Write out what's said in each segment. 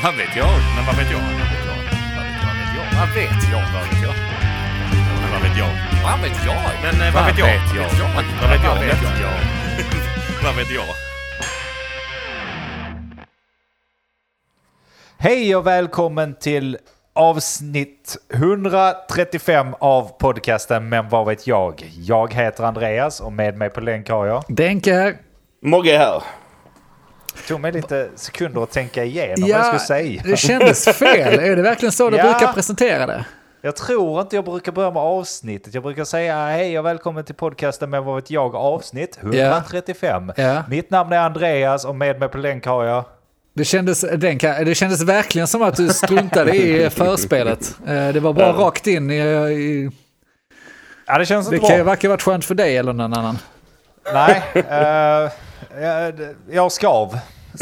Vad vet jag? Men vad vet jag? Vad vet jag? Vad vet jag? Men vad vet jag? Vad vet jag? Men vad vet jag? Vad vet jag? Vad vet jag? Hej och välkommen till avsnitt 135 av podcasten Men vad vet jag? Jag heter Andreas och med mig på länk har jag Denke här. Mogge här. Det tog mig lite sekunder att tänka igenom vad jag skulle säga. Det kändes fel. Är det verkligen så du brukar presentera det? Jag tror inte jag brukar börja med avsnittet. Jag brukar säga hej och välkommen till podcasten Men vad vet jag? Avsnitt 135. Mitt namn är Andreas och med mig på länk har jag... Det kändes verkligen som att du struntade i förspelet. Det var bara rakt in i... Ja, det känns inte bra. Det kan ju varken varit skönt för dig eller någon annan. Nej, jag skav.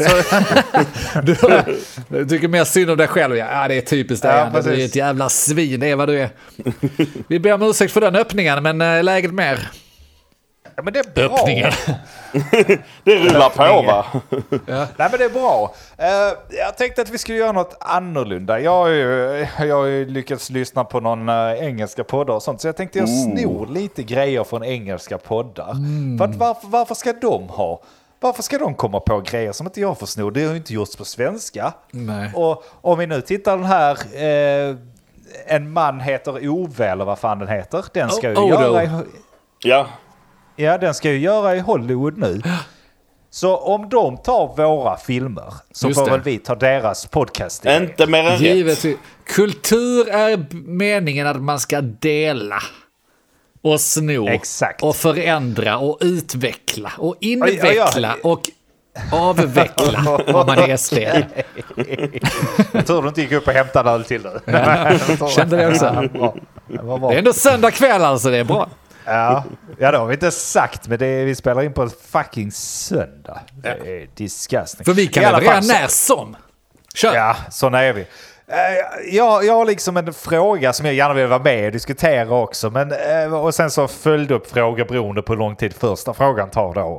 Du tycker mer synd om dig själv. Ja, det är typiskt dig. Du är ett jävla svin, det är vad du är. Vi ber om ursäkt för den öppningen, men läget mer? Ja, men det är bra. Öppningen. Det rullar på, va? Ja. Nej, men det är bra. Jag tänkte att vi skulle göra något annorlunda. Jag har ju lyckats lyssna på någon engelska poddar och sånt. Så jag tänkte jag snor lite grejer från engelska poddar. För att varför ska de ha? Varför ska de komma på grejer som inte jag får sno? Det har ju inte gjorts på svenska. Nej. Och om vi nu tittar den här... en man heter Ove, eller vad fan den heter. Den ska ju göra... Ja, den ska ju göra i Hollywood nu. Så om de tar våra filmer så får väl vi ta deras podcast. Inte mer än rätt. Kultur är meningen att man ska dela och sno. Exakt. Och förändra och utveckla och inveckla och avveckla om man är SD. Jag tror du inte gick upp och hämtade öl till dig. Kände det också. Det är ändå söndag kväll alltså, det är bra. Ja, det har vi inte sagt, men vi spelar in på ett fucking söndag. Det är disgusting. För vi kan leverera när som. Kör. Ja, såna är vi. Jag har liksom en fråga som jag gärna vill vara med och diskutera också. Men, och sen så följde upp frågor beroende på hur lång tid första frågan tar då.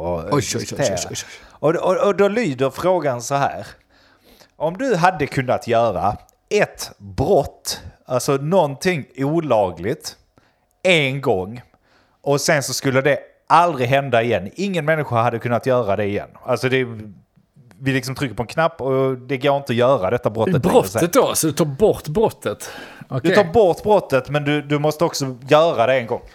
Och då lyder frågan så här. Om du hade kunnat göra ett brott, alltså någonting olagligt, en gång. Och sen så skulle det aldrig hända igen. Ingen människa hade kunnat göra det igen. Alltså vi liksom trycker på en knapp och det går inte att göra detta brottet. Brottet då? Så du tar bort brottet? Okay. Du tar bort brottet, men du måste också göra det en gång.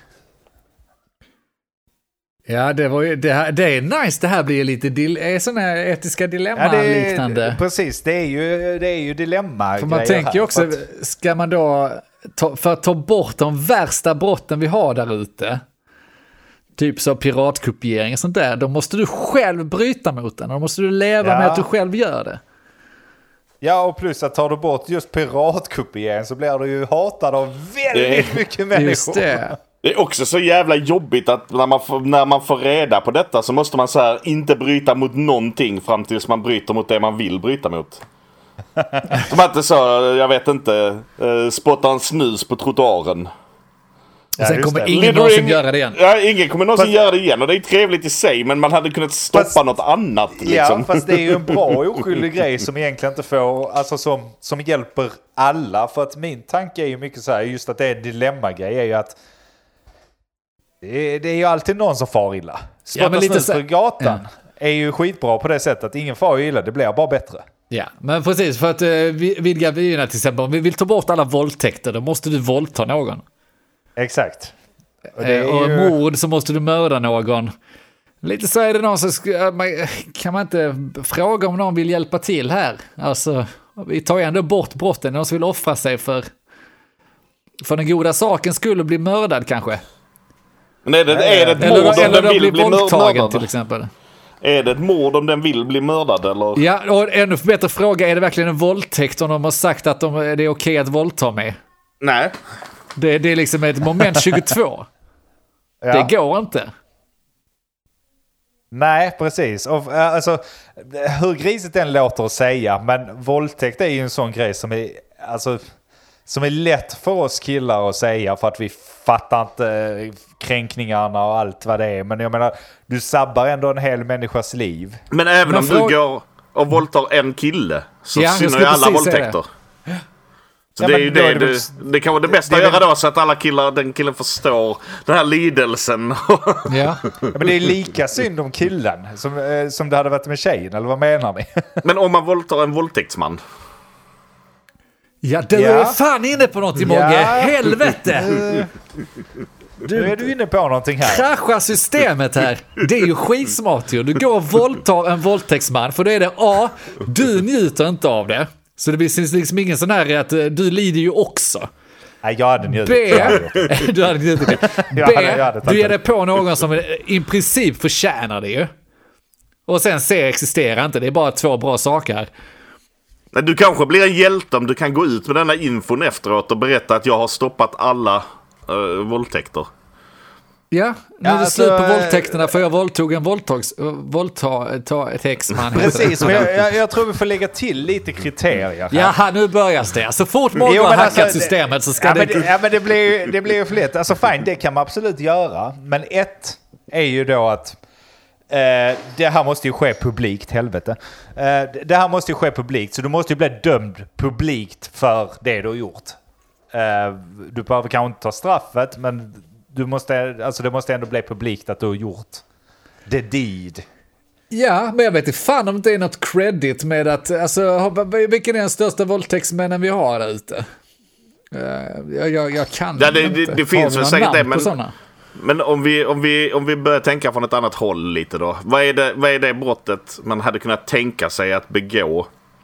Ja, det är nice. Det här blir lite sådana här etiska dilemma-liknande. Precis, det är ju dilemma. För man tänker ju också, ska man då för att ta bort de värsta brotten vi har där ute, typ så piratkopiering och sånt där, då måste du själv bryta mot den. Då måste du leva med att du själv gör det. Ja, och plus att tar du bort just piratkopiering så blir du ju hatad av väldigt mycket människor. Just det. Det är också så jävla jobbigt att när man får reda på detta så måste man så här inte bryta mot någonting fram tills man bryter mot det man vill bryta mot. Som att det så, jag vet inte, spotta en snus på trottoaren. Och sen kommer ingen någonsin göra det igen. Ja, ingen kommer någonsin göra det igen. Och det är trevligt i sig, men man hade kunnat stoppa något annat. Liksom. Ja, fast det är ju en bra oskyldig grej som egentligen inte får, alltså som hjälper alla. För att min tanke är ju mycket så här, just att det är en dilemma-grej, är ju att det är ju alltid någon som far illa. Spotta snus på gatan är ju skitbra på det sättet att ingen far illa, det blir bara bättre. Ja, men precis, för att vidga vyerna till exempel, om vi vill ta bort alla våldtäkter, då måste du våldta någon. Exakt. Och mord så måste du mörda någon. Lite så är det någon som kan man inte fråga om någon vill hjälpa till här. Alltså, vi tar ju ändå bort brotten, någon som vill offra sig för den goda saken skulle bli mördad kanske. Men är det ett mord om den vill bli mördad till exempel? Är det ett mord om den vill bli mördad eller? Ja, och ännu bättre fråga, är det verkligen en våldtäkt om de har sagt att det är okej att våldta med? Nej. Det är liksom ett moment 22. Det går inte. Nej, precis. Och, alltså, hur grisigt den låter att säga, men våldtäkt är ju en sån grej som är lätt för oss killar att säga för att vi fattar inte kränkningarna och allt vad det är. Men jag menar, du sabbar ändå en hel människas liv. Men även om du går... och våldtar en kille så Ja, synar ju alla våldtäkter. Så det är ju det kan vara det bästa att göra då, så att alla killar, den killen förstår den här lidelsen. Ja. Men det är lika synd om killen som det hade varit med tjejen, eller vad menar ni? Men om man våldtar en våldtäktsman? Ja, du är fan inne på något i Mogge. Helvete! Nu är du inne på någonting här. Krascha systemet här. Det är ju skitsmart ju. Du går och våldtar en våldtäktsman, för då är det A, du njuter inte av det. Så det finns liksom ingen sån här att du lider ju också. Nej, jag hade njutit. B, du hade njutit det. B, du ger det på någon som i princip förtjänar det ju. Och sen C existerar inte. Det är bara 2 bra saker här. Du kanske blir en hjälte om du kan gå ut med denna infon efteråt och berätta att jag har stoppat alla våldtäkter. Ja, nu är det slut på våldtäkterna, för jag våldtog en våldtäktsman. Precis, men jag tror vi får lägga till lite kriterier här. Jaha, nu börjar det. Så fort många har hackat systemet så ska men det blir ju för lätt. Alltså fine, det kan man absolut göra. Men ett är ju då att det här måste ju ske publikt, helvete. Det här måste ju ske publikt, så du måste ju bli dömd publikt för det du har gjort. Du behöver kanske inte ta straffet, men det måste ändå bli publikt att du har gjort the deed. Ja, men jag vet inte fan om det är något credit med att, alltså, vilken är den största våldtäktsmännen vi har där ute? Jag kan inte. Det finns väl säkert det, men om vi börjar tänka från ett annat håll lite då. Vad är det brottet man hade kunnat tänka sig att begå?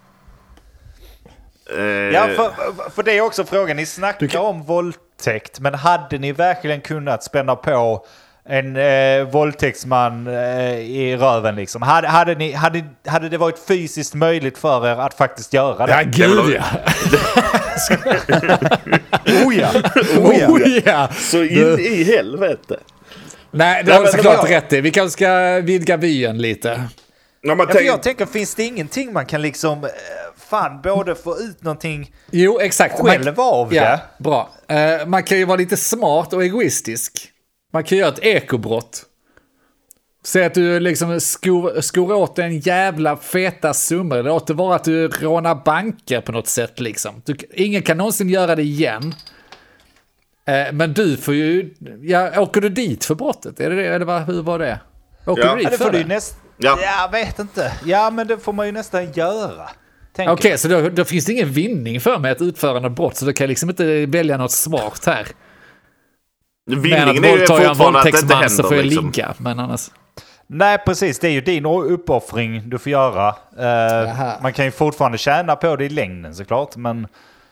Ja, för det är också frågan. Ni snackar om våldtäkt, men hade ni verkligen kunnat spänna på en våldtäktsman i röven liksom? Hade det varit fysiskt möjligt för er att faktiskt göra det? Ja, gud ja. Oh ja. Så in i helvete. Nej, det har såklart rätt i. Vi kanske ska vidga vyn lite. Jag tänker, finns det ingenting man kan liksom både få ut någonting själv av det? Ja, bra. Man kan ju vara lite smart och egoistisk. Man kan göra ett ekobrott. Säg att du liksom skor åt en jävla feta summa. Det låter vara att du rånar banker på något sätt liksom. Ingen kan någonsin göra det igen. Men du får ju... Ja, åker du dit för brottet? Är det eller hur var det? Åker du dit för det? Jag vet inte. Ja, men det får man ju nästan göra. Okej, så då finns det ingen vinning för mig att utföra något brott, så då kan jag liksom inte välja något smart här. Vinningen är ju fortfarande att det inte händer. Så får jag liksom ligga, men annars... Nej, precis. Det är ju din uppoffring du får göra. Man kan ju fortfarande tjäna på det i längden såklart, men...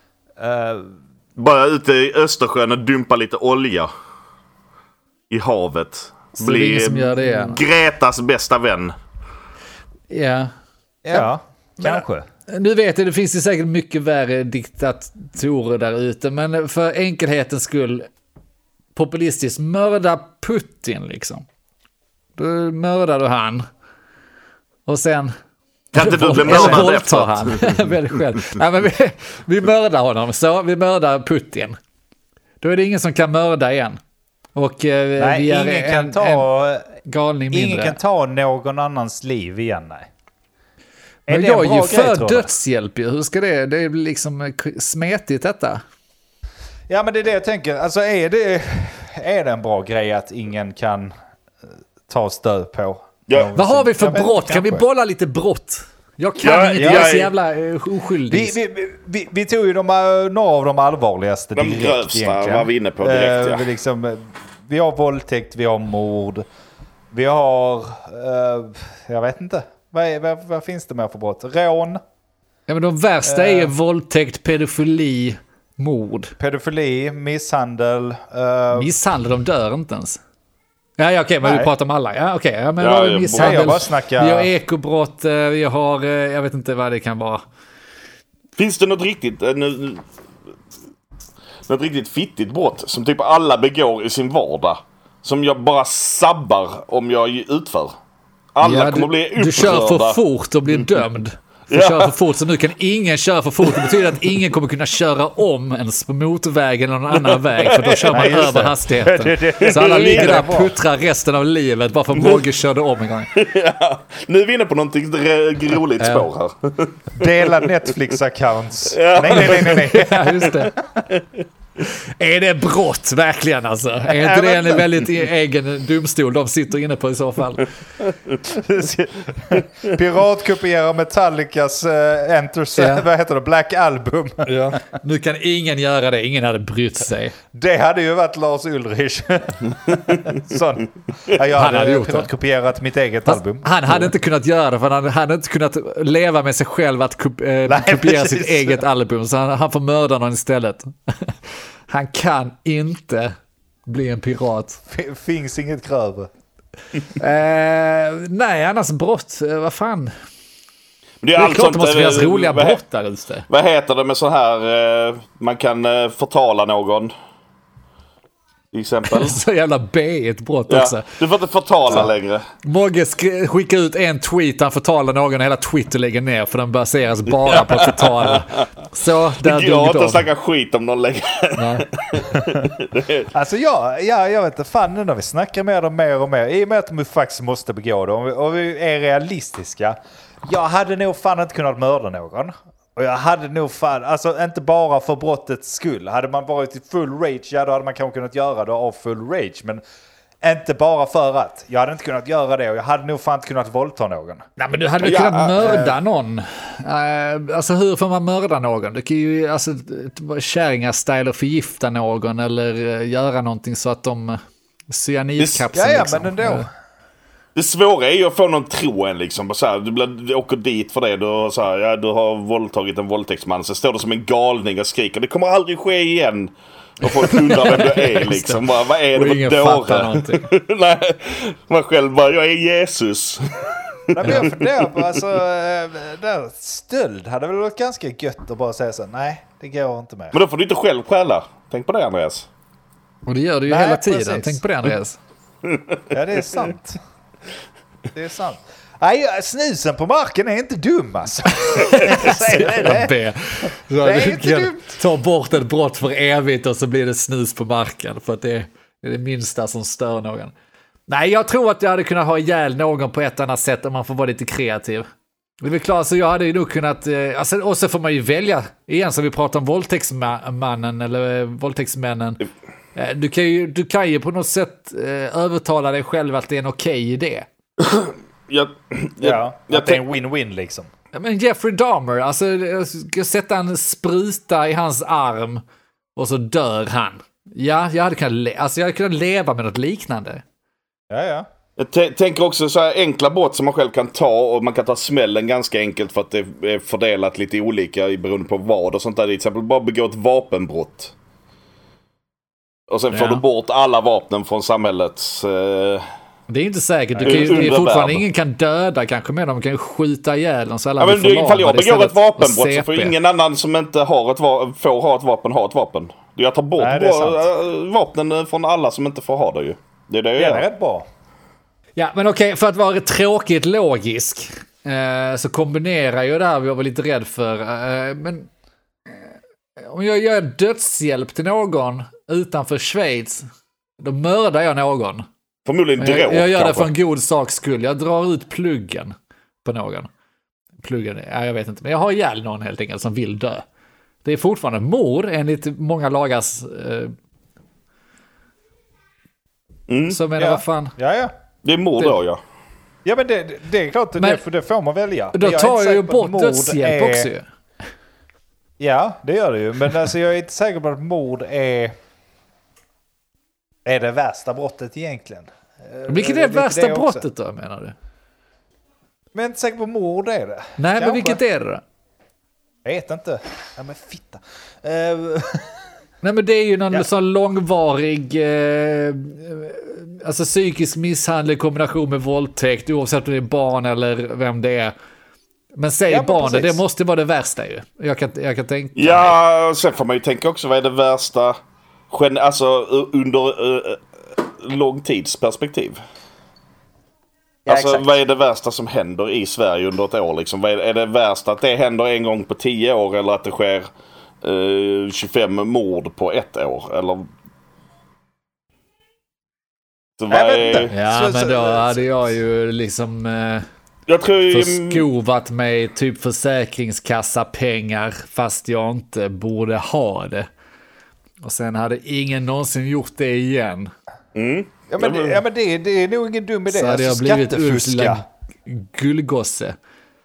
Bara ute i Östersjön och dumpa lite olja i havet. Så bli som gör det, Gretas bästa vän. Ja, kanske. Nu vet jag, det finns ju säkert mycket värre diktatorer där ute, men för enkelhetens skull, populistiskt, mörda Putin liksom. Då mördar du han. Och sen... Kan inte du bli mördad efter? Väl själv. Nej, men vi mördar honom, så vi mördar Putin. Då är det ingen som kan mörda igen. Och vi är en galning mindre. Ingen kan ta någon annans liv igen, nej. Men jag är ju för dödshjälp. Hur ska det? Det är liksom smetigt detta. Ja, men det är det jag tänker. Alltså är det en bra grej att ingen kan ta stöd på? Ja. Vad har vi för brott? Kan vi bolla lite brott? Jag kan inte, jag är så jävla oskyldig. Vi tog ju några av de allvarligaste direkt. De grövsta var vi inne på direkt, vi har våldtäkt, vi har mord, vi har... jag vet inte. Vad finns det med för brott? Rån. Ja, men de värsta är våldtäkt, pedofili, mord. Pedofili, misshandel. Misshandel, de dör inte ens. Ja, okej, men vi pratar om alla. Ja, okej. Ja, men ja, misshandel, vi har ekobrott, vi har... jag vet inte vad det kan vara. Finns det något riktigt fittigt brott som typ alla begår i sin vardag? Som jag bara sabbar om jag utför? Alla kommer bli upprörda. Du kör för fort och blir dömd. För att köra för fort, så nu kan ingen köra för fort. Det betyder att ingen kommer kunna köra om ens på motorvägen eller någon annan väg, för då kör man över hastigheten. Så alla ligger där och puttrar resten av livet bara för att Mogge körde om en gång. Ja, nu är vi inne på någonting roligt spår här. Dela Netflix-accounts. Nej. Ja, just det. Är det brott verkligen alltså? Är inte det en väldigt egen domstol de sitter inne på i så fall? Piratkopierar Metallicas vad heter det? Black Album. Ja. Nu kan ingen göra det, ingen hade brytt sig. Det hade ju varit Lars Ulrich. Sån. Ja, jag hade piratkopierat mitt eget album. Han hade inte kunnat göra det, för han hade inte kunnat leva med sig själv att kopiera sitt eget album, så han får mörda någon istället. Han kan inte bli en pirat. Finns inget grövre. Nej, annars brott. Vad fan? Det är klart det måste finnas roliga brott där just det. Vad heter det med så här, man kan förtala någon? Till exempel. Så jävla B1 brott också. Du får inte förtala längre. Mogge skickar ut en tweet, han förtalar någon och hela Twitter lägger ner, för den baseras bara på att förtala. Så där dog de. Jag har inte snackat skit om någon längre. Alltså jag vet inte, fan nu när vi snackar med dem mer och mer, i och med att de faktiskt måste begå det, och vi är realistiska. Jag hade nog fan inte kunnat mörda någon. Och jag hade nog fan, alltså inte bara för brottets skull. Hade man varit i full rage, ja då hade man kanske kunnat göra det av full rage. Men inte bara för att. Jag hade inte kunnat göra det, och jag hade nog fan inte kunnat våldta någon. Nej, men du hade kunnat mörda någon. Alltså hur får man mörda någon? Du kan ju kärringar-style och förgifta någon, eller göra någonting så att de cyanidkapseln Ja, liksom. men ändå. Det svåra är ju att få någon tro en liksom. Så här, du åker dit för det. Du har våldtagit en våldtäktsman. Så står du som en galning och skriker: det kommer aldrig ske igen. Och folk undrar vem du är liksom. Bara, vad är det för dåre? Nej, man själv bara, jag är Jesus. Nej, men jag funderar på, alltså, där stöld hade väl varit ganska gött att bara säga så. Nej, det går inte med. Men då får du inte själv stjäla. Tänk på det, Andreas. Och det gör du ju hela tiden. Precis. Tänk på det, Andreas. Ja, det är sant. Det är sant. Nej, snusen på marken är inte dum alltså. Det är inte dumt. Ta bort ett brott för evigt och så blir det snus på marken, för att det är det minsta som stör någon. Nej, jag tror att jag hade kunnat ha ihjäl någon på ett annat sätt om man får vara lite kreativ. Det är väl klart, så jag hade ju nog kunnat... Alltså, och så får man ju välja, igen som vi pratar om våldtäktsmannen eller våldtäktsmännen. Du kan ju på något sätt övertala dig själv att det är en okej idé. Att det är en win-win liksom. Men Jeffrey Dahmer, alltså jag ska sätta en spruta i hans arm och så dör han. Ja, jag hade kunnat leva med något liknande. Ja. Jag tänker också så här enkla brott som man själv kan ta, och man kan ta smällen ganska enkelt för att det är fördelat lite olika beroende på vad och sånt där. Till exempel bara begå ett vapenbrott. Och sen får du bort alla vapnen från samhällets... Det är inte säkert. Det är fortfarande ingen kan döda kanske med dem. De kan ju skjuta ihjäl dem. Så alla men ifall jag begår ett vapenbrott så får ingen annan som inte har får ha ett vapen ha ett vapen. Jag tar bort vapnen från alla som inte får ha det ju. Det är det jag gör. Det är rätt bra. Ja, men okej, för att vara tråkigt logisk så kombinerar jag det här jag var lite rädd för. Men om jag gör dödshjälp till någon utanför Schweiz, då mördar jag någon. Förmodligen dråp. Jag gör det för en god saks skull. Jag drar ut pluggen på någon. Pluggen, jag vet inte. Men jag har ihjäl någon helt enkelt som vill dö. Det är fortfarande mord enligt många lagars... Så menar vad fan... Ja. Det är mord då, ja. Ja, men det är klart, det får man välja. Då tar jag ju bort dödshjälp också ju. Ja, det gör det ju. Men alltså, jag är inte säker på att mord är det värsta brottet egentligen. Vilket är det värsta brottet då, menar du? Men jag är inte säker på mord är det. Nej, men vilket är det då? Jag vet inte. Ja, men fitta. Nej, men det är ju någon sån långvarig alltså psykisk misshandel i kombination med våldtäkt, oavsett om det är barn eller vem det är. Men säg barnet, det måste vara det värsta ju. Jag kan tänka. Ja, sen får man ju tänka också, vad är det värsta alltså under långtidsperspektiv? Alltså exakt. vad är det värsta som händer i Sverige under ett år liksom? Är det värst att det händer en gång på 10 år eller att det sker 25 mord på ett år? Eller... Så Jag vet inte. Ja, men då hade jag ju liksom jag tror förskovat mig typ försäkringskassapengar fast jag inte borde ha det. Och sen hade ingen någonsin gjort det igen. Ja, men det är nog ingen dum idé. Så hade jag blivit skattefuska. Gullgosse.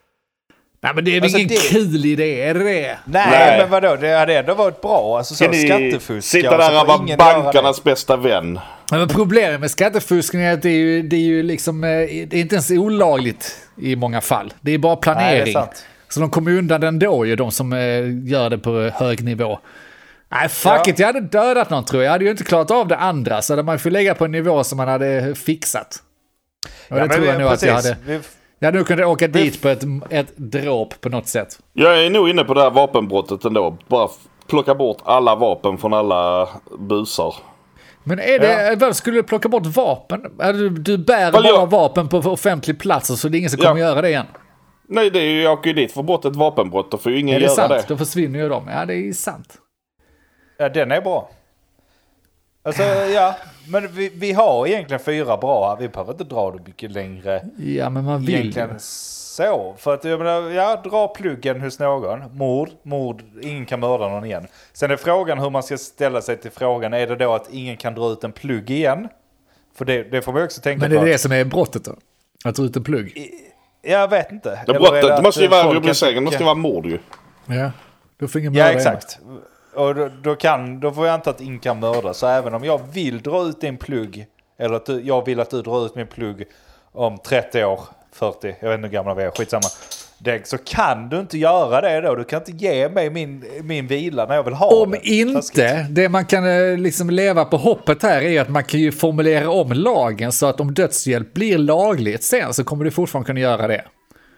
Nej, men det är väl Alltså, ingen kul idé, är det? Nej, men vadå? Det hade ändå varit bra. Alltså, så skattefuska. Sitta där och vara bankernas bästa vän. Men problemet med skattefuskning är att det är ju liksom, det är inte ens olagligt i många fall. Det är bara planering. Nej, det är sant. Så de kommer undan ändå ju, de som gör det på hög nivå. Nej, fuck it, jag hade dödat någon tror jag. Jag hade ju inte klarat av det andra, så hade man får lägga på en nivå som man hade fixat. Och det tror jag nog att jag hade. Jag hade nog kunnat åka dit på ett dråp på något sätt. Jag är nog inne på det här vapenbrottet ändå. Bara plocka bort alla vapen från alla busar. Men är det, vad skulle du plocka bort vapen? Du bär bara vapen på offentlig plats så det är ingen som kommer göra det igen. Nej, det är ju, jag åker ju dit för bort ett vapenbrott och får ju ingen är det göra sant? det. Då försvinner ju de. Ja, det är sant. Ja, den är bra. Alltså, ja. Men vi har egentligen 4 bra. Vi behöver inte dra det mycket längre. Ja, men man vill egentligen så. För att jag menar, dra pluggen hos någon. Mord. Ingen kan mörda någon igen. Sen är frågan hur man ska ställa sig till frågan. Är det då att ingen kan dra ut en plugg igen? För det får man också tänka på. Men det är det som är brottet då? Att dra ut en plugg? Jag vet inte. Det brottet måste ju vara rubriceringen. Måste ju vara mord ju. Ja, då får ingen mörda. Ja, exakt. Och då får jag anta att ingen kan mörda. Så även om jag vill dra ut din plugg, eller att jag vill att du drar ut min plugg om 30 år, 40, jag vet inte hur gamla vi är, skitsamma. Så kan du inte göra det då. Du kan inte ge mig min vila när jag vill ha om den. Inte, det man kan liksom leva på hoppet här är att man kan ju formulera om lagen så att om dödshjälp blir lagligt sen så kommer du fortfarande kunna göra det.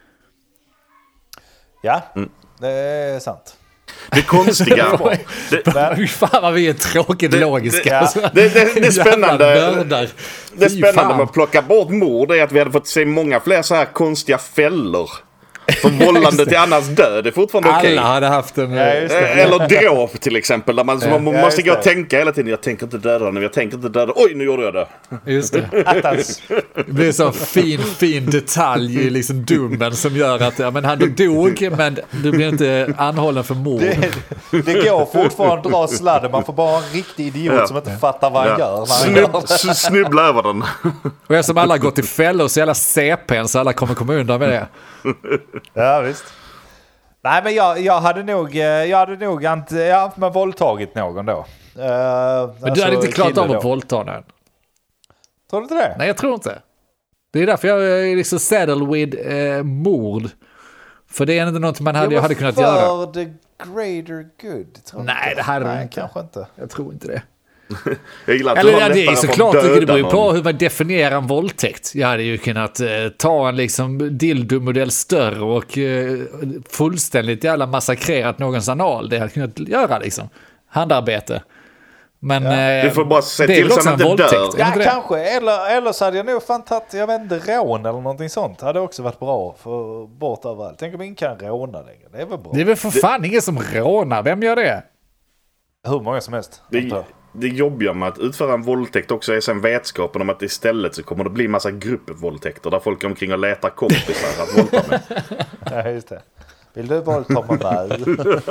Ja, det är sant. Det konstiga. Fan vad vi är tråkigt logiska. Det är spännande. Det är spännande med att plocka bort mord är att vi hade fått se många fler så här konstiga fällor. För vållande till annans död är fortfarande okej. Alla hade haft en... Eller dråp till exempel. Där man måste gå och tänka hela tiden. Jag tänker inte döda nu. Jag tänker inte döda. Oj, nu gjorde jag det. Just det. Det blir så fin detalj i liksom domen som gör att men han dog, men du blir inte anhållen för mord. Det går fortfarande att dra sladden. Man får bara en riktig idiot som inte fattar vad han gör. Snubbla över den. Och eftersom alla har gått i fällor så jävla CPn så alla kommer komma undan med det. Ja, visst. Nej, men jag hade nog men våldtagit någon då. Men du hade inte klarat av att våldta någon. Tror du inte det? Nej, jag tror inte. Det är därför jag är liksom saddle with mord. För det är inte något jag hade kunnat göra. För the greater good, tror Nej, inte. det hade du inte. Kanske inte. Jag tror inte det. Jag gillar att Eller det är såklart, det beror ju på hur man definierar en våldtäkt. Jag hade ju kunnat ta en liksom dildomodell större och fullständigt jävla massakrerat någons anal. Det hade jag kunnat göra liksom. Handarbete. Men du får bara se det till är också så att en inte våldtäkt. dör. Ja, kanske. Eller så hade jag nog fan tagit, jag vet inte, rån eller någonting sånt. Hade också varit bra för bort överallt. Tänk om ingen kan råna längre. Det är väl bra. Det är väl för fan ingen som rånar. Vem gör det? Hur många som helst. Det jobbiga med att utföra en våldtäkt också är sen vetskapen om att istället så kommer det bli massa gruppvåldtäkter där folk omkring och letar kompisar att våldta med. Ja, just det. Vill du våldta med?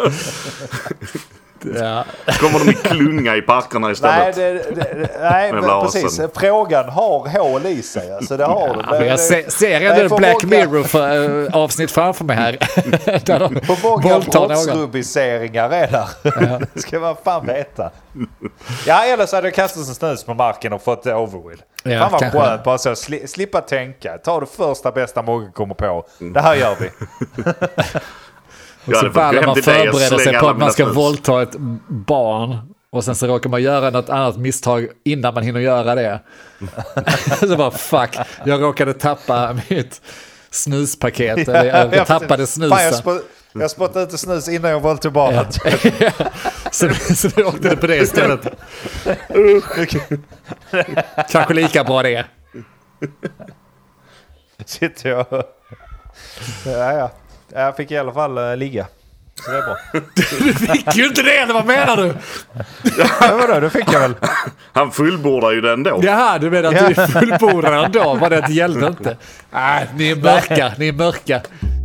Ja. Kommer de i klunga i parkerna istället? Nej, men precis. Frågan har hål i sig. Alltså, det har Ja, jag ser ändå Black Mirror avsnitt framför mig här. Där de på många våldtar någon. brottsrubriceringar redan. Ja. Ska man fan veta. Ja, eller så hade jag kastat en snus på marken och fått det over with. Ja, fan vad kanske. skönt. Bara så slippa tänka. Ta det första bästa många kommer på. Det här gör vi. Och så bara man förbereder sig på att man ska våldta ett barn och sen så råkar man göra något annat misstag innan man hinner göra det. Så bara fuck, jag råkade tappa mitt snuspaket. Eller jag tappade snusen. Fan, jag spottade ut snus innan jag våldtog barnet. Ja. Så du åkte det på det istället. Kanske lika bra det. sitter jag... Ja. Jag fick i alla fall ligga. Så det är bra. Du fick ju inte det, eller vad menar du? Ja, vadå? Det fick jag väl. Han fullbordar ju den då. Jaha, du menar att du fullbordade ändå? Var det att det gällde inte? Nej, ni är mörka.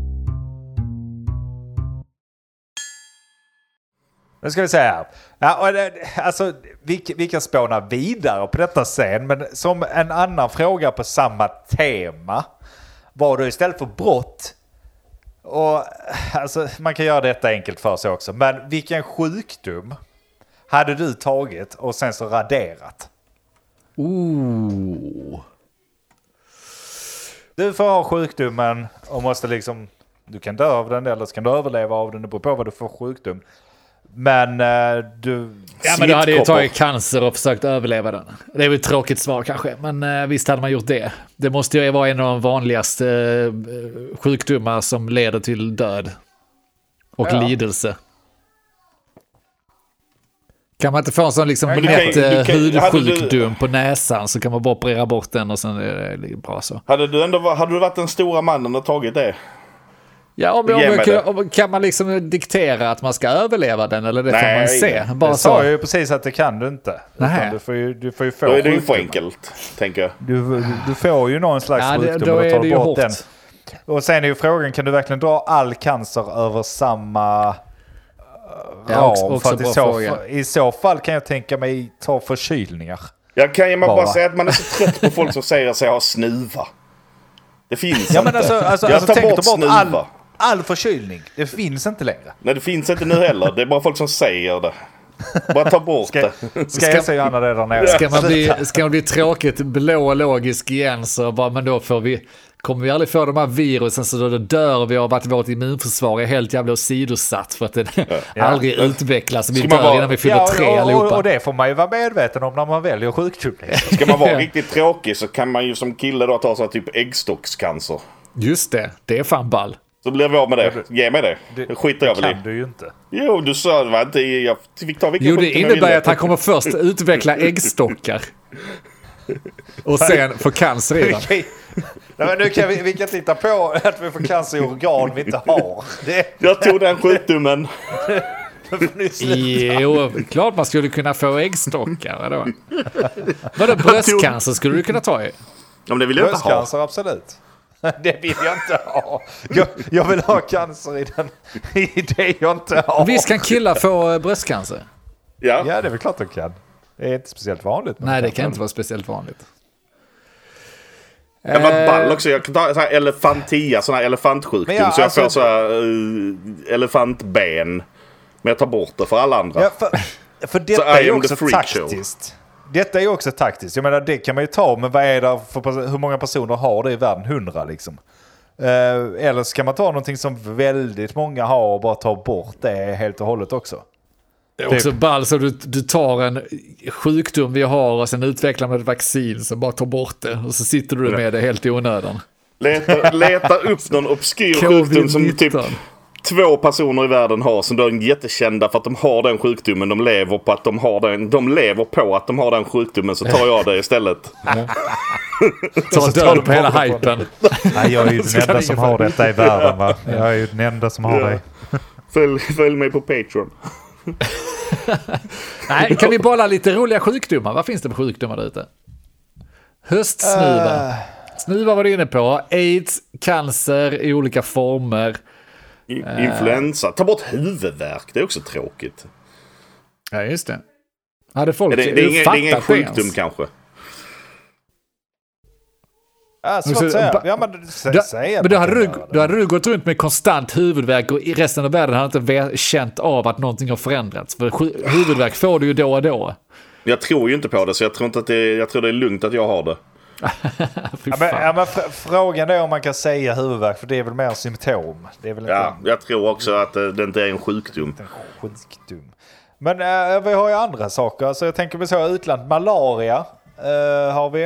Nu ska vi se här. Ja, och alltså, vi kan spåna vidare på detta sen, men som en annan fråga på samma tema var det istället för brott. Och alltså, man kan göra detta enkelt för sig också. Men vilken sjukdom hade du tagit och sen så raderat? Du får ha sjukdomen och måste liksom... Du kan dö av den eller så kan du överleva av den. Det beror på vad du får sjukdom. Men du... Ja, men du hade ju tagit cancer och försökt överleva den. Det är väl ett tråkigt svar kanske, men visst hade man gjort det. Det måste ju vara en av de vanligaste sjukdomar som leder till död och lidelse. Kan man inte få en sån liksom lätt hudsjukdom på näsan så kan man bara operera bort den och sen är det bra så. Hade du varit den stora mannen och tagit det? Ja, kan man liksom diktera att man ska överleva den eller det får man se? Bara det sa jag ju precis att det kan du inte. Du får ju få. Då är det ju för enkelt, tänker jag. Du får ju någon slags sjukdom och tar bort den. Och sen är ju frågan, kan du verkligen dra all cancer över samma ram? För att i så fall kan jag tänka mig ta förkylningar. Jag kan ju bara säga att man är så trött på folk som säger sig ha snuva. Det finns inte. Men alltså tänk bort all förkylning. Det finns inte längre. Nej, det finns inte nu heller. Det är bara folk som säger det. Bara ta bort det. Ska jag säga Anna det där nere? Ska man bli tråkigt blå och logisk igen så bara, men då kommer vi aldrig få de här virusen så då dör vi av att vårt immunförsvar är helt jävla sidosatt för att det aldrig utvecklas. Vi dör innan vi fyller 3 allihopa. Och det får man ju vara medveten om när man väljer sjukdom. Ska man vara riktigt tråkig så kan man ju som kille då ta så typ äggstockscancer. Just det är fan ball. Så blir vi av med det. Ge mig det. Det skiter jag väl i. Det kan du ju inte. Jo, du sa det var inte... Jag fick ta vilka det innebär att han kommer först utveckla äggstockar. Och sen få cancer i den. Nu kan vi kan titta på att vi får cancer i organ vi inte har. Jag tog den sjukdomen. Jo, klart man skulle kunna få äggstockar. Vadå bröstcancer skulle du kunna ta i? Ja, men det vill jag inte ha. Bröstcancer, absolut. Det vill jag inte ha. Jag vill ha cancer i det jag inte har. Visst kan killar få bröstcancer? Ja, det är väl klart de kan. Det är inte speciellt vanligt. Nej, det kan inte vara speciellt vanligt. Jag var ball också. Jag kan ta elefantia, sån här elefantsjukdom. Så jag får så här elefantben. Men jag tar bort det för alla andra. Ja, för detta är ju också taktiskt. Detta är ju också taktiskt. Jag menar, det kan man ju ta. Men vad är det för, hur många personer har det i världen? 100 liksom. Eller ska man ta någonting som väldigt många har och bara ta bort det helt och hållet också? Det är också ball så du tar en sjukdom vi har och sen utvecklar man ett vaccin som bara tar bort det. Och så sitter du med det helt i onödan. Leta upp någon obskyr sjukdom som typ 2 personer i världen har som då är jättekända för att de har den sjukdomen. De lever på att de har den. De lever på att de har den sjukdomen, så tar jag det istället. Ta död på hela hypen. Nej, jag är ju den enda som har detta i världen, va? Jag är ju den enda som har det. Följ mig på Patreon. Nej, kan vi bolla lite roliga sjukdomar? Vad finns det för sjukdomar där ute? Höstsnuva. Snuva var du inne på. AIDS, cancer i olika former. Influensa. Ta bort huvudvärk. Det är också tråkigt. Ja, just det. Hade folk det är ingen sjukdom kanske. Svårt att säga. Ja, men du hade du gått runt med konstant huvudvärk och i resten av världen hade inte känt av att någonting har förändrats. För huvudvärk får du ju då och då. Jag tror ju inte på det, så jag tror inte att jag tror det är lugnt att jag har det. men frågan är om man kan säga huvudvärk, för det är väl mer symptom. Det är väl jag tror också att det inte är en sjukdom. Men vi har ju andra saker. Alltså, jag tänker på så utland. Malaria har vi.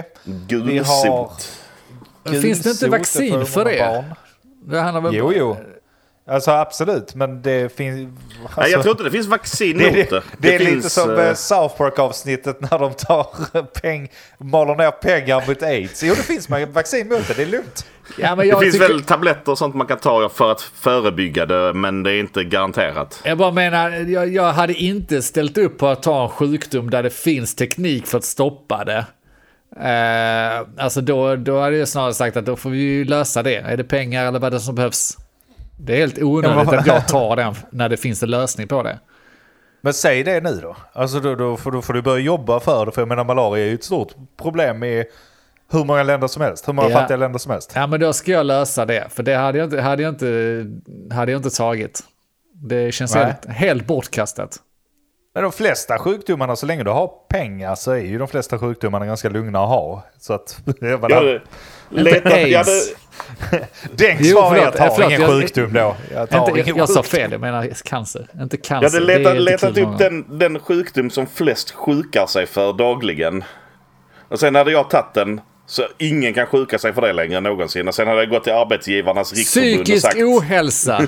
Gulsot. Finns det inte vaccin för det? Jo. Alltså absolut, men det finns... Alltså, Nej, jag tror inte det finns vaccin mot det. Det är finns, lite som South Park-avsnittet när de maler ner pengar mot AIDS. Jo, det finns vaccin mot det, det är lugnt. Ja, men det finns väl tabletter och sånt man kan ta för att förebygga det, men det är inte garanterat. Jag bara menar, jag hade inte ställt upp på att ta en sjukdom där det finns teknik för att stoppa det. Alltså då hade jag snarare sagt att då får vi lösa det. Är det pengar eller vad det som behövs? Det är helt onödigt att jag tar den när det finns en lösning på det. Men säg det nu då. Alltså då får du börja jobba för det. För jag menar, malaria är ju ett stort problem i hur många länder som helst. Hur många fattiga länder som helst. Ja, men då ska jag lösa det. För det hade jag inte tagit. Det känns helt bortkastat. Men de flesta sjukdomarna, så länge du har pengar så är ju de flesta sjukdomarna ganska lugna att ha. Så att... Den svar jag tar ingen sjukdom då. Jag sa fel, jag menar cancer. Inte cancer. Jag hade letat upp den sjukdom som flest sjukar sig för dagligen. Och sen hade jag tagit den, så ingen kan sjuka sig för det längre någonsin. Och sen hade jag gått till arbetsgivarnas riksförbund psykisk och sagt... ohälsa.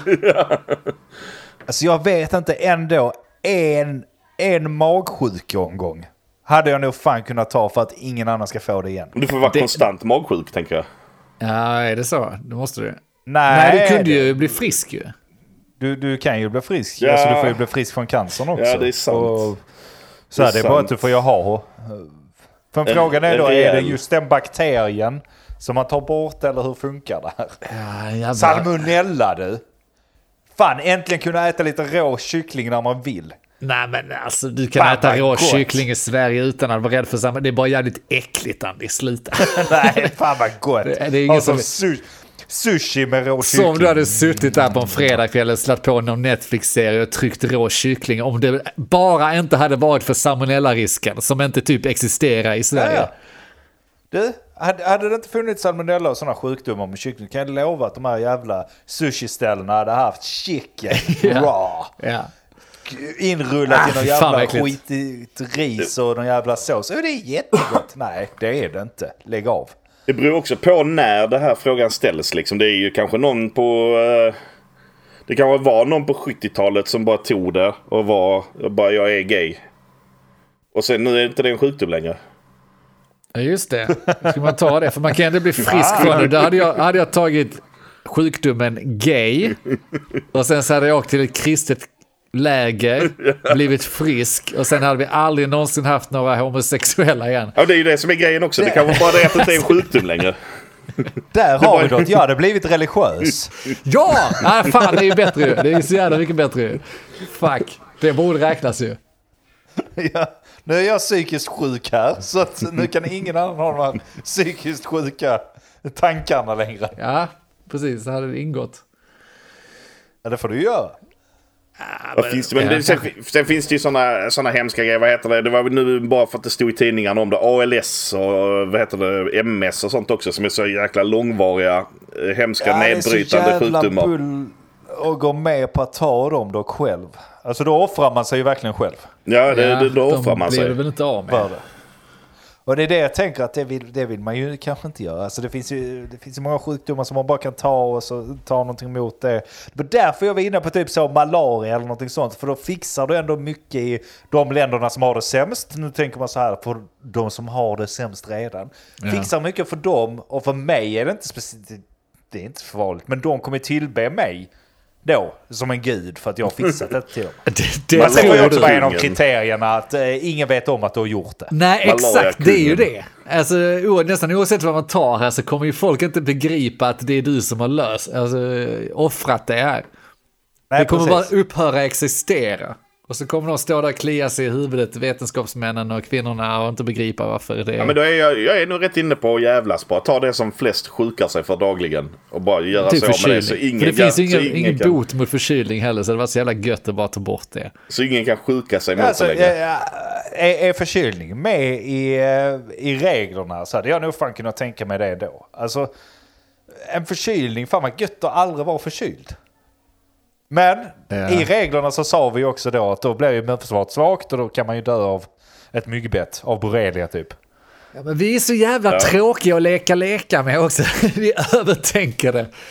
Alltså jag vet inte ändå. En magsjukomgång hade jag nog fan kunnat ta för att ingen annan ska få det igen. Du får vara konstant magsjuk, tänker jag. Ja, är det så? Då måste du. Nej, du kunde ju bli frisk ju. Du kan ju bli frisk. Ja. Alltså, du får ju bli frisk från cancern också. Ja, det är sant. Det är bara att du får ju ha. För frågan är då, är det just den bakterien som man tar bort eller hur funkar det här? Ja, salmonella du. Fan, äntligen kunna äta lite rå kyckling när man vill. Nej, men alltså du kan äta rå kyckling i Sverige utan att vara rädd för samma. Det är bara jävligt äckligt, Andy. Sluta. Nej, fan vad gott. Det är ingen som... Sushi med rå kyckling. Som du hade suttit där på en fredagkväll och slatt på någon Netflix-serie och tryckt rå kyckling. Om det bara inte hade varit för salmonella-risken som inte typ existerar i Sverige. Ja. Du, hade det inte funnits salmonella och sådana sjukdomar med kyckling, kan jag lova att de här jävla sushi-ställena hade haft chicken raw. Ja. Inrullat i någon jävla skitigt ris och någon jävla sås. Det är jättegott. Nej, det är det inte. Lägg av. Det beror också på när det här frågan ställs. Liksom. Det är ju kanske någon på... det kan vara någon på 70-talet som bara tog det och bara jag är gay. Och sen nu är inte det en sjukdom längre. Ja, just det. Ska man ta det? För man kan inte bli frisk från det. Då hade jag tagit sjukdomen gay och sen så hade jag åkt till ett kristet läger, blivit frisk och sen hade vi aldrig någonsin haft några homosexuella igen. Ja, det är ju det som är grejen också. Det kan vara bara det att det inte är en sjukdom längre. Där har vi något. Jag hade blivit religiös. Ja! Nej, fan, det är ju bättre ju. Det är så jävla mycket bättre ju. Fuck. Det borde räknas ju. Ja, nu är jag psykiskt sjuk här så att nu kan ingen annan ha de här psykiskt sjuka tankarna längre. Ja, precis. Så hade det ingått. Ja, det får du göra. Sen finns det ju såna hemska grejer. Vad heter det? Det var nu bara för att det stod i tidningarna om det. ALS och vad heter det? MS och sånt också som är så jäkla långvariga, hemska, nedbrytande sjukdomar. Det är så jävla bull att gå med på att ta dem då själv. Alltså då offrar man sig ju verkligen själv. Ja, då offrar man sig. Det blir väl inte av med. Och det är det jag tänker att det vill man ju kanske inte göra. Alltså det finns ju många sjukdomar som man bara kan ta och så ta någonting emot det. Det var därför jag var inne på typ så malaria eller någonting sånt. För då fixar du ändå mycket i de länderna som har det sämst. Nu tänker man så här på de som har det sämst redan. Ja. Fixar mycket för dem och för mig är det inte speciellt. Det är inte för farligt. Men de kommer tillbe mig då, som en gud för att jag har fixat det till dem. Det får ju också vara en av kriterierna att ingen vet om att du har gjort det. Nej, exakt, det är ju det. Alltså, nästan oavsett vad man tar här så kommer ju folk inte begripa att det är du som har offrat det här. Nej, det kommer bara upphöra existera. Och så kommer de stå där och klia sig i huvudet, vetenskapsmännen och kvinnorna, och inte begripa varför det är... Ja, men då är jag är nog rätt inne på att jävlas på att ta det som flest sjukar sig för dagligen och bara göra typ sig av med det. Så det finns ingen bot mot förkylning heller, så det var så jävla gött att bara ta bort det. Så ingen kan sjuka sig mot det längre. Är förkylning med i reglerna så hade jag nog fan kunnat tänka mig det då. Alltså, en förkylning, fan vad gött att aldrig vara förkyld. Men i reglerna så sa vi också då att då blir ju immunförsvaret svagt och då kan man ju dö av ett myggbett, av borrelia typ. Ja, men vi är så jävla tråkiga att leka med också. Vi övertänker det.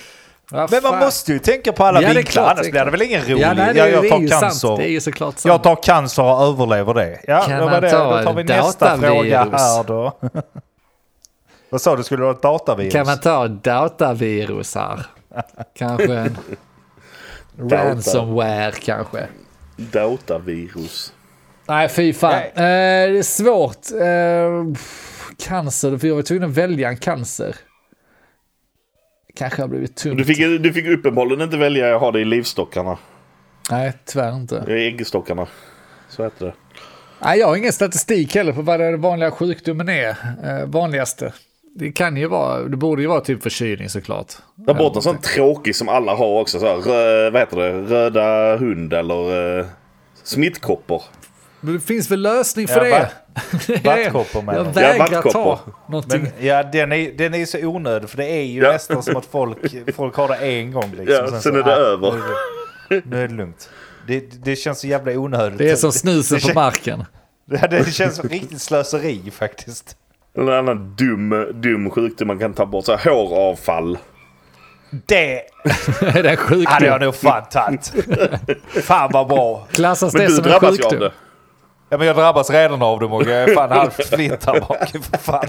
Men man måste ju tänka på alla vinklar, annars blir det väl ingen rolig. Ja, nej, jag tar cancer. Sant. Det är ju såklart sant. Jag tar cancer och överlever det. Ja, kan då tar vi nästa fråga här då. Vad sa du, skulle du ha ett datavirus? Kan man ta datavirus här? Kanske en ransomware kanske. Datavirus. Nej, fy fan. Det är svårt. Cancer, för jag var tvungen att välja en cancer. Kanske har blivit tungt. Du fick uppenbarligen inte välja att ha det i livstockarna. Nej, tyvärr inte. I äggstockarna. Så heter det. Nej, jag har ingen statistik heller på vad den vanliga sjukdomen är. Vanligaste. Det kan ju vara, det borde ju vara typ förkylning såklart. Det är bort en sån tråkig som alla har också. Så här, vad heter det? Röda hund eller smittkoppor. Men det finns väl lösning för det? Vattkoppor med. Jag vägrar ta någonting. Men, ja, den är så onödig, för det är ju nästan som att folk har det en gång. Liksom. Ja, sen är det över. Nu är det lugnt. Det känns så jävla onödigt. Det är som snusen på marken. Det känns riktigt slöseri faktiskt. En annan dum sjukdom man kan ta bort. Så här, håravfall. Det är det sjukdom? hade jag nog fan tagit. Fan vad bra. Klassas men det du som en drabbas sjukdom? ju av det. Ja, men jag drabbas redan av det, och jag är fan halvt flitt här bak. Fan.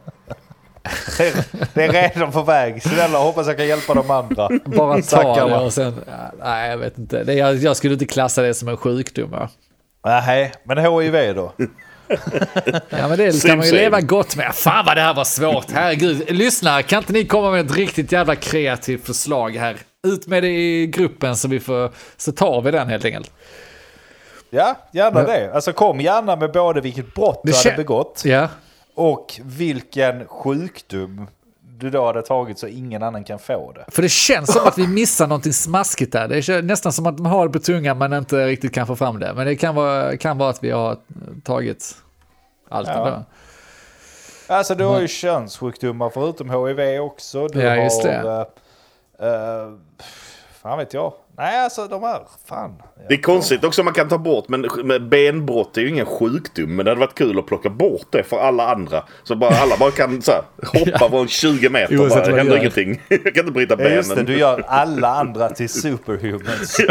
Det är redan på väg. Snälla, hoppas jag kan hjälpa de andra. Bara ta det och sen... Nej, jag vet inte. Jag skulle inte klassa det som en sjukdom. Va? Nej, men HIV då? Ja, men det kan man ju leva gott med. Fan vad det här var svårt. Herregud. Lyssna, kan inte ni komma med ett riktigt jävla kreativt förslag här? Ut med det i gruppen så tar vi den helt enkelt. Ja, gärna det. Alltså kom gärna med både vilket brott du hade begått och vilken sjukdom du då hade tagit så ingen annan kan få det. För det känns som att vi missar någonting smaskigt där. Det är nästan som att man har det på tungan men inte riktigt kan få fram det. Men det kan vara att vi har tagit allt det där. Alltså du har ju könssjukdomar förutom HIV också. Du just det. har... fan vet jag. Nej, alltså de här... Fan. Det är konstigt också man kan ta bort, men benbrott är ju ingen sjukdom. Men det hade varit kul att plocka bort det för alla andra. Så alla bara kan så här, hoppa från 20 meter. Det händer ingenting. Jag kan inte bryta benen. Just det, du gör alla andra till superhumans.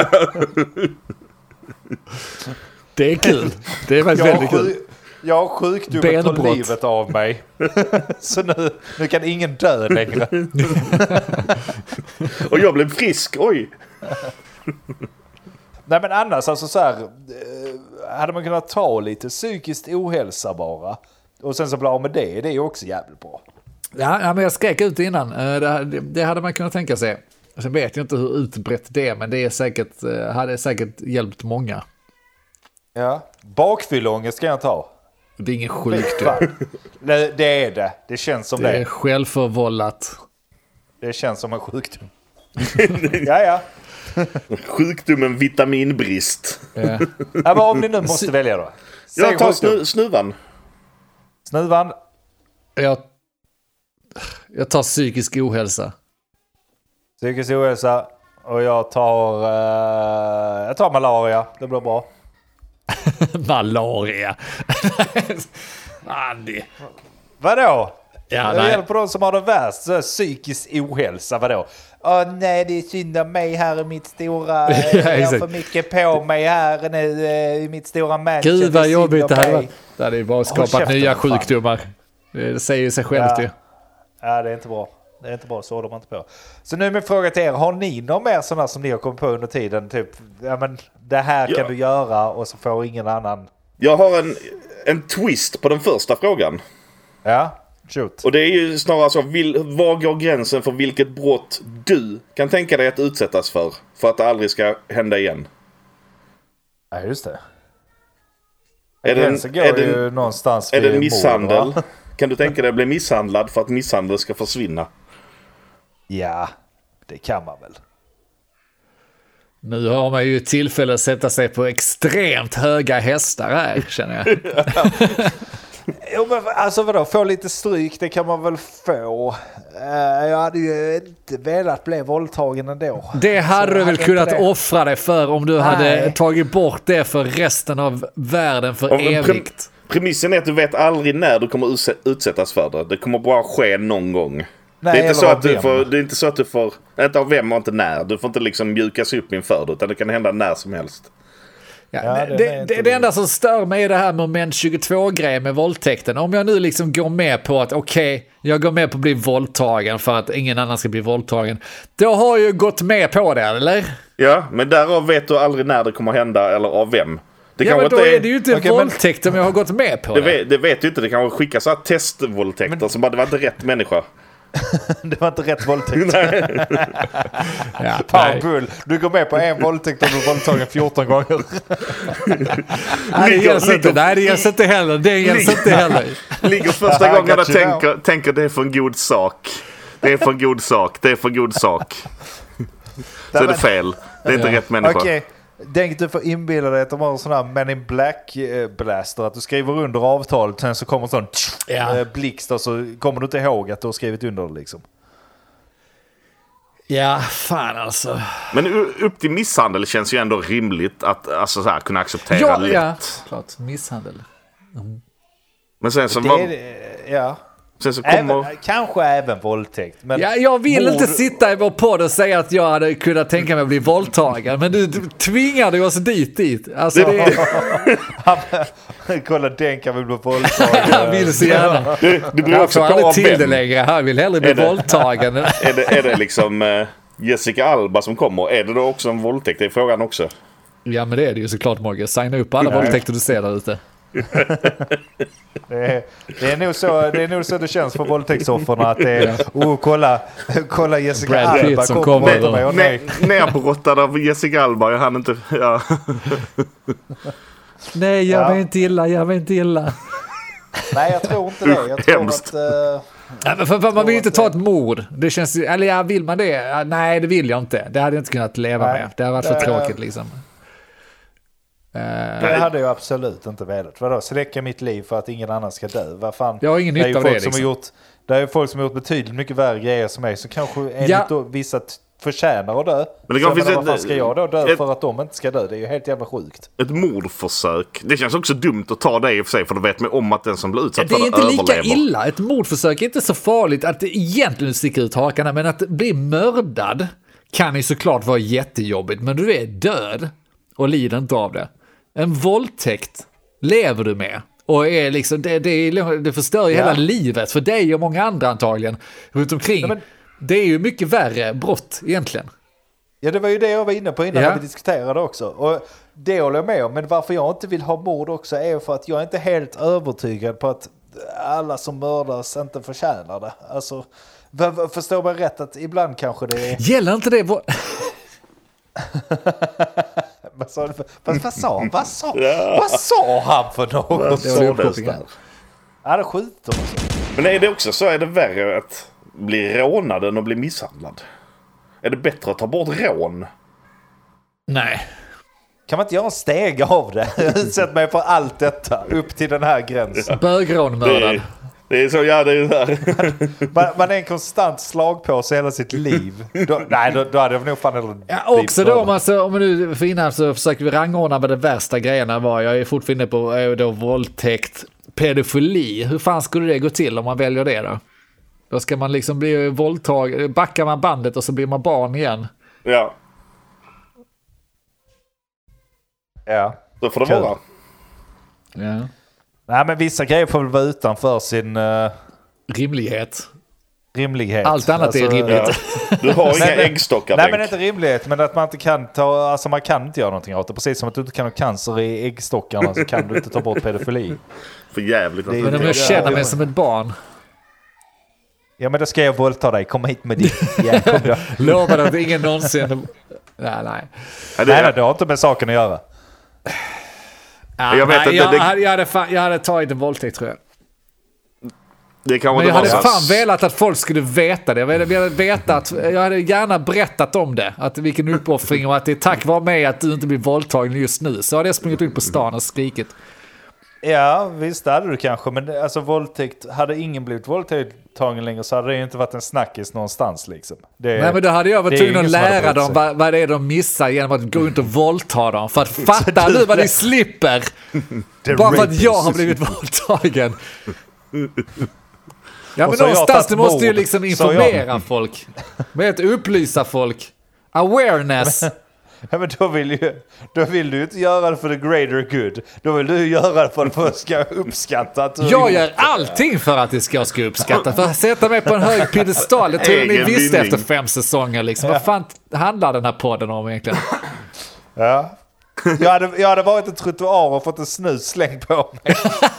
Det är kul. Det är väldigt kul. Jag har sjukdomen tar livet av mig. Så nu kan ingen dö längre. Och jag blev frisk, oj. Nej, men annars alltså så här, hade man kunnat ta lite psykiskt ohälsa bara och sen så bli av med det är ju också jävligt bra. Ja, men jag skrek ut innan. Det hade man kunnat tänka sig. Sen vet jag inte hur utbrett det är, men det är hade säkert hjälpt många. Ja, bakfyllångest ska jag ta. Det är ingen sjukdom. Det är det. Det känns som det. Det är självförvållat. Det känns som en sjukdom. Ja. Sjukdomen vitaminbrist. Ja, men om ni nu måste välja då. Jag tar snuvan. Snuvan? Jag tar psykisk ohälsa. Psykisk ohälsa. Och jag tar malaria. Det blir bra. Malaria. Andy. Vadå? Ja, jag hjälper de som har det värst. Så psykisk ohälsa, vadå? Nej, det är synd om mig här i mitt stora... jag har för mycket på mig här nu i mitt stora mansion. Gud vad jobbigt det här var. Det hade ju bara skapat nya sjukdomar. Det säger ju sig självt ju. Ja, det är inte bra. Det är inte bra, så håller man inte på. Så nu är min fråga till er. Har ni någon mer sådana som ni har kommit på under tiden? Typ, ja men det här kan du göra och så får ingen annan... Jag har en twist på den första frågan. Ja, shoot. Och det är ju snarare så, var går gränsen för vilket brott du kan tänka dig att utsättas för att det aldrig ska hända igen? Ja, just det. Är det misshandel? Mord, kan du tänka dig att bli misshandlad för att misshandel ska försvinna? Ja, det kan man väl. Nu har man ju tillfälle att sätta sig på extremt höga hästar här, känner jag. Jo, men alltså vadå, få lite stryk, det kan man väl få. Jag hade ju inte velat bli våldtagen ändå. Det hade du väl kunnat offra dig för om du hade tagit bort det för resten av världen för evigt. Premissen är att du vet aldrig när du kommer utsättas för det. Det kommer bara ske någon gång. Nej, det är inte så eller att du vem. får, det är inte så att du får, inte av vem och inte när. Du får inte liksom mjukas upp inför det, utan det kan hända när som helst. Ja, Ja, det enda som stör mig är det här moment 22-grejen med våldtäkten. Om jag nu liksom går med på att jag går med på att bli våldtagen för att ingen annan ska bli våldtagen. Då har jag ju gått med på det, eller? Ja, men därav vet du aldrig när det kommer hända eller av vem. Ja, men då är det ju inte våldtäkt om jag har gått med på det. Det vet du inte, det kan skickas så här testvåldtäkter som bara, det var inte rätt människa. Det var inte rätt våldtäkt. Ja, Fan bull. Du går med på en våldtäkt och du är våldtagen 14 gånger. Nej, det gälls inte heller. Det gälls inte heller. Ligger första gången jag tänker det är för en god sak. Det är för en god sak. Det är för en god sak. Så är det fel. Det är inte rätt människa. Okej. Tänk du får inbilla dig att de har en sån här Men in Black blaster, att du skriver under avtalet, sen så kommer en sån blixt och så kommer du inte ihåg att du har skrivit under det liksom. Ja, fan alltså. Men upp till misshandel känns ju ändå rimligt att alltså, så här, kunna acceptera lätt. Ja, klart. Misshandel. Men sen så sen så kommer... Kanske även våldtäkt. Men ja, jag vill inte sitta i vår podd och säga att jag hade kunnat tänka mig att bli våldtagen. Men du tvingade oss dit. Alltså, kolla, den kan vi bli våldtagen. Han vill så gärna. Det blir också jag får på aldrig till vem. det längre. Han vill hellre bli våldtagen. Är det liksom Jessica Alba som kommer? Är det då också en våldtäkt? Det är frågan också. Ja, men det är det ju såklart, Mogge. Signa upp alla våldtäkter du ser där ute. Det är nog så det känns för våldtäktsoffren att det är kolla Jessica Brad Alba Pitt som kommer kommer mig och Nerbrottad av Jessica Alba. Jag hann inte... Ja. Nej, jag vill inte illa. Nej, jag tror inte det. Jag tror Hemskt. att... För man vill inte ta ett mord. Det känns, eller vill man det? Nej, det vill jag inte. Det hade jag inte kunnat leva med. Det hade varit för tråkigt liksom. Det hade jag absolut inte velat. Vadå? Släcka mitt liv för att ingen annan ska dö. Vad fan? Jag har ingen nytta av det liksom. Det är ju folk som har gjort betydligt mycket värre grejer som mig. Så kanske enligt vissa förtjänar att dö. Men det kan vad fan ska jag då dö för att de inte ska dö? Det är ju helt jävla sjukt. Ett mordförsök. Det känns också dumt att ta det i och för sig. För då vet man om att den som blir utsatt för det överlever. Det är inte lika illa. Ett mordförsök är inte så farligt att det egentligen sticker ut hakarna. Men att bli mördad kan ju såklart vara jättejobbigt. Men du är död och lider inte av det. En våldtäkt lever du med. Och är liksom, det förstör ju hela livet för dig och många andra antagligen runt omkring. Nej, men det är ju mycket värre brott egentligen. Ja, det var ju det jag var inne på innan vi diskuterade också. Och det håller jag med om. Men varför jag inte vill ha mord också är för att jag är inte helt övertygad på att alla som mördas inte förtjänar det. Alltså, förstår man rätt att ibland kanske det är... Gäller inte det... Vad sa han för något? Ja, det skjuter man så. Men är det också så, är det värre att bli rånad än att bli misshandlad? Är det bättre att ta bort rån? Nej. Kan man inte göra en steg av det? Jag har utsett mig för allt detta upp till den här gränsen. Bögrånmördad. Det är så, det är där. Man är en konstant slag på sig hela sitt liv. Då hade jag nog fan... Också då, om man nu för innan så försöker vi rangordna vad de värsta grejerna var. Jag är fortfarande på då våldtäkt, pedofili. Hur fan skulle det gå till om man väljer det då? Då ska man liksom bli våldtag, backar man bandet och så blir man barn igen. Ja. Ja. Då får det vara. Ja. Nej, men vissa grejer får väl vara utanför sin... rimlighet. Allt annat är rimligt. Ja. Du har inga äggstockar. Nej, men inte rimlighet. Men att man inte kan ta... Alltså man kan inte göra någonting åt det. Precis som att du inte kan ha cancer i äggstockarna så kan du inte ta bort pedofili. För jävligt. Men om jag känner mig som ett barn... Ja, men då ska jag våldta dig. Kom hit med din... Lovar att ingen någonsin... Nej. Nej, det har inte med saken att göra. Jag hade tagit en våldtäkt, tror jag. Det kan men jag hade fan velat att folk skulle veta det. Jag hade gärna berättat om det. Att vilken uppoffring och att det är tack vare mig att du inte blir våldtagen just nu. Så hade jag sprungit ut på stan och skrikit. Ja, visst hade du kanske. Men alltså våldtäkt, hade ingen blivit våldtagen längre så hade det inte varit en snackis någonstans liksom. Nej, men då hade jag varit tvungen att lära dem vad det är de missar genom att gå ut och våldta dem. För att fatta nu vad de slipper. Bara för att jag har blivit våldtagen. Ja, men någonstans du måste ju liksom informera folk. Vet, upplysa folk. Awareness. Ja, men då vill du inte göra det för the greater good. Då vill du göra det för att folk ska uppskatta att jag gör allting för att det ska uppskatta. För att sätta mig på en hög piedestal. Det tror jag ni visste efter 5 säsonger. Liksom. Vad fan handlar den här podden om egentligen? Ja. Jag hade varit en trottoar och fått en snus slängd på mig.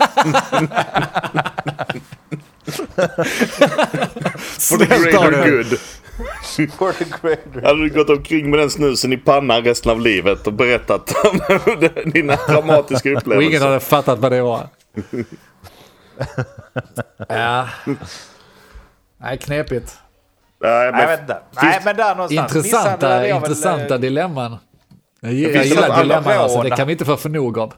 For the greater good. For the greater. Hade du gått omkring med den snusen i pannan resten av livet och berättat om dina dramatiska upplevelser? Och ingen hade fattat vad det var. Ja. Nej, knepigt. Nej, men där någonstans. Intressanta dilemman. Jag gillar dilemman, alltså. Det kan vi inte få för nog av.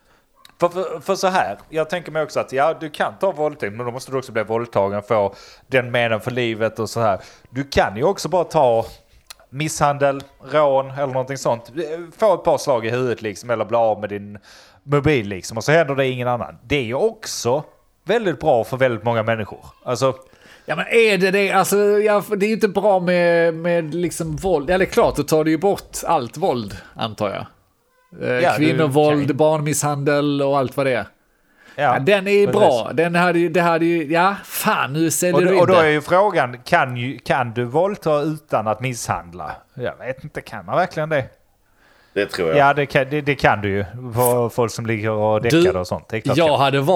För så här, jag tänker mig också att du kan ta våldtäkt, men då måste du också bli våldtagen, få den menen för livet och så här. Du kan ju också bara ta misshandel, rån eller någonting sånt. Få ett par slag i huvudet liksom, eller bli av med din mobil liksom, och så händer det ingen annan. Det är ju också väldigt bra för väldigt många människor. Alltså... Ja, men är det? Alltså, det är ju inte bra med liksom våld. Eller klart, då tar det ju bort allt våld, antar jag. Kvinnovåld, barnmisshandel och allt vad det är. Ja, den är bra. Det hade ju, ja, fan, nu säljer du inte. Och då är ju frågan, kan du våldta utan att misshandla? Jag vet inte, kan man verkligen det? Det tror jag. Ja, det kan du ju. För folk som ligger och däckar och sånt. Jag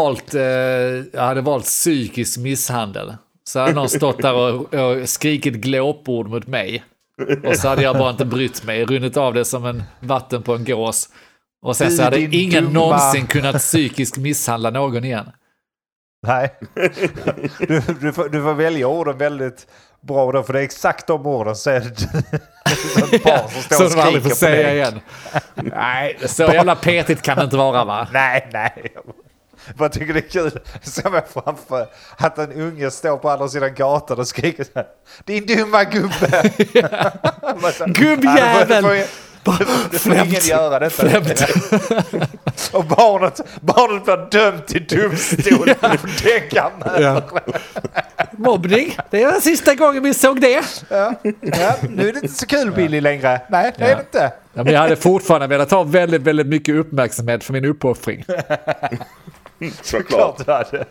hade valt psykisk misshandel. Så hade någon stått där och skrikit glåpord mot mig. Och så hade jag bara inte brytt mig. Runnit av det som en vatten på en gås. Och sen så hade ingen någonsin kunnat psykiskt misshandla någon igen. Nej. Du får välja orden väldigt bra då. För det är exakt de orden. Så är det ett barn som står och skriker aldrig får säga igen. Nej, så jävla petigt kan det inte vara, va? Nej. Jag tycker det är kul. Så jag framför att en unge står på andra sidan gatan och skriker så här: din dumma gubbe. Gubbjävel. Du får ingen göra detta. Och barnet blir dömt till domstol. Det kan man. Mobbning. Det är den sista gången vi såg det. Ja, nu är det inte så kul, Billy, längre. Nej, det är det inte. Ja, men jag hade fortfarande velat ha väldigt, väldigt mycket uppmärksamhet för min uppoffring. Såklart.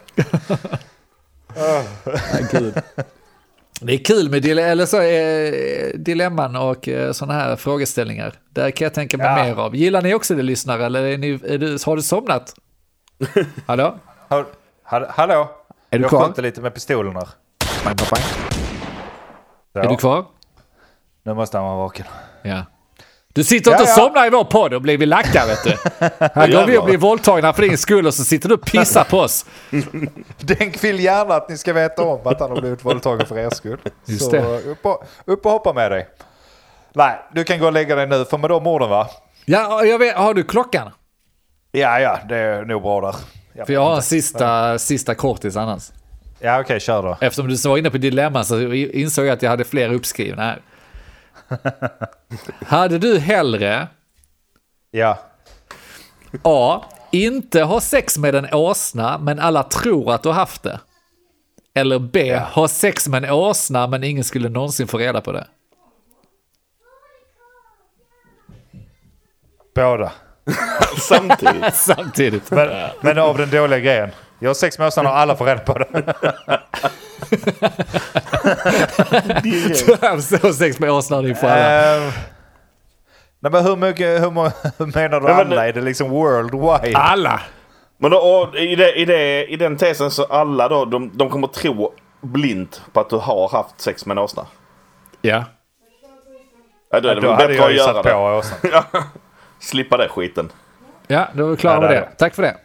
Gud. Det är kul med dilemman och sådana här frågeställningar. Där kan jag tänka mig mer av. Gillar ni också det, lyssnare? Eller har du somnat? Hallå? Hallå? Är du kvar? Jag skjuter lite med pistolerna. Är du kvar? Nu måste han vara vaken. Ja. Du sitter inte och somnar i vår podd och blir vi lackar, vet du. Här går vi och blir våldtagna för din skull och så sitter du och pissar på oss. Denk vill gärna att ni ska veta om att han har blivit våldtagen för er skull. Just så det. Upp och hoppa med dig. Nej, du kan gå och lägga dig nu för med de orden, va? Ja, jag vet. Har du klockan? Ja, det är nog bra där. För jag har en sista kortis annars. Ja, okej, kör då. Eftersom du var inne på dilemma så insåg jag att jag hade fler uppskrivna här. Hade du hellre A. Inte ha sex med en åsna men alla tror att du har haft det? Eller B. Ha sex med en åsna men ingen skulle någonsin få reda på det? Båda. Samtidigt. Men av den dåliga grejen. Jag har sex med åsnan och alla får reda på det. Du har sex med åsnan i alla. Nej, men hur menar du alla? Är det liksom worldwide? Alla! Men då, i den tesen så alla då, de kommer tro blint på att du har haft sex med en åsna. Ja. Ja, då är det då väl hade bättre jag att ju göra satt det. på åsnan. Slippa det skiten. Ja, då är vi klara med det. Tack för det.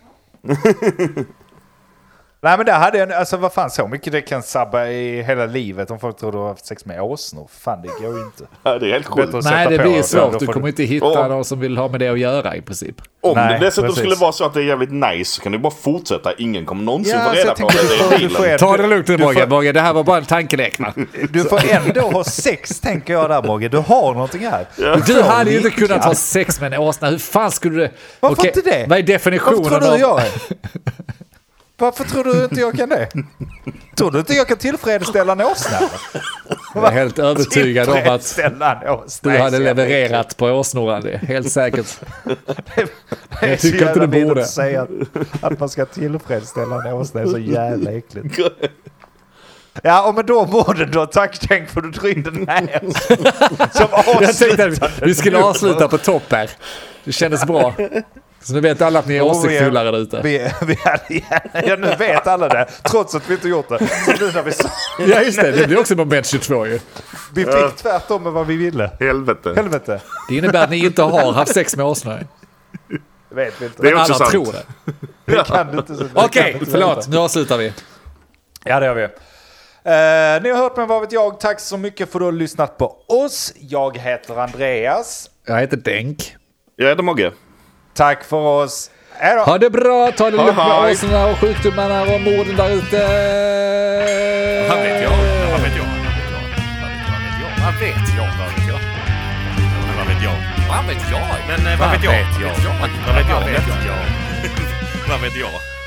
Nej, men där hade jag, alltså vad fan, så mycket det kan sabba i hela livet om folk tror du har haft sex med åsnor. Fan, det går ju inte. Ja, det är helt sjukt. Nej, det blir svårt. Du kommer inte hitta någon som vill ha med det att göra i princip. Om det dessutom skulle vara så att det är jävligt nice så kan du bara fortsätta. Ingen kommer någonsin få reda på det. Ta det lugnt nu, Mogge. Det här var bara en tankelek. Du får ändå ha sex, tänker jag där, Mogge. Du har någonting här. Du hade ju inte kunnat ha sex med en åsna. Hur fan skulle du... Varför inte det? Vad är definitionen? Varför tror du jag är? Varför tror du inte jag kan det? Tror du inte jag kan tillfredsställa en åsna? Jag är helt övertygad om att du hade levererat på åsnorran. Det helt säkert. Jag tycker inte du borde säga att man ska tillfredsställa en åsna. Det är så jävla äckligt. Ja, men då Mårten då. Tack Tänk för att du drog den här. Jag tänkte att vi skulle avsluta på topp här. Det kändes bra. Så nu vet alla att ni är åsiktsfullare där ute. Nu vet alla det. Trots att vi inte gjort det. Så nu när vi ja just det blir också moment 22 ju. Vi fick tvärtom med vad vi ville. Helvete. Det innebär att ni inte har haft sex med åsnor. Vet vi inte. Det är också sant. Tror det. Okej, förlåt. Nu avslutar vi. Ja, det gör vi. Ni har hört med Vad vet jag. Tack så mycket för att du har lyssnat på oss. Jag heter Andreas. Jag heter Denk. Jag heter Mogge. Tack för oss. Hejdå. Ha det bra. Ta det lugnt med åsnorna och sjukdomarna och morden där ute. Vad vet jag? Vad vet jag? Men vad vet jag? Men vad vet jag? Vad vet jag?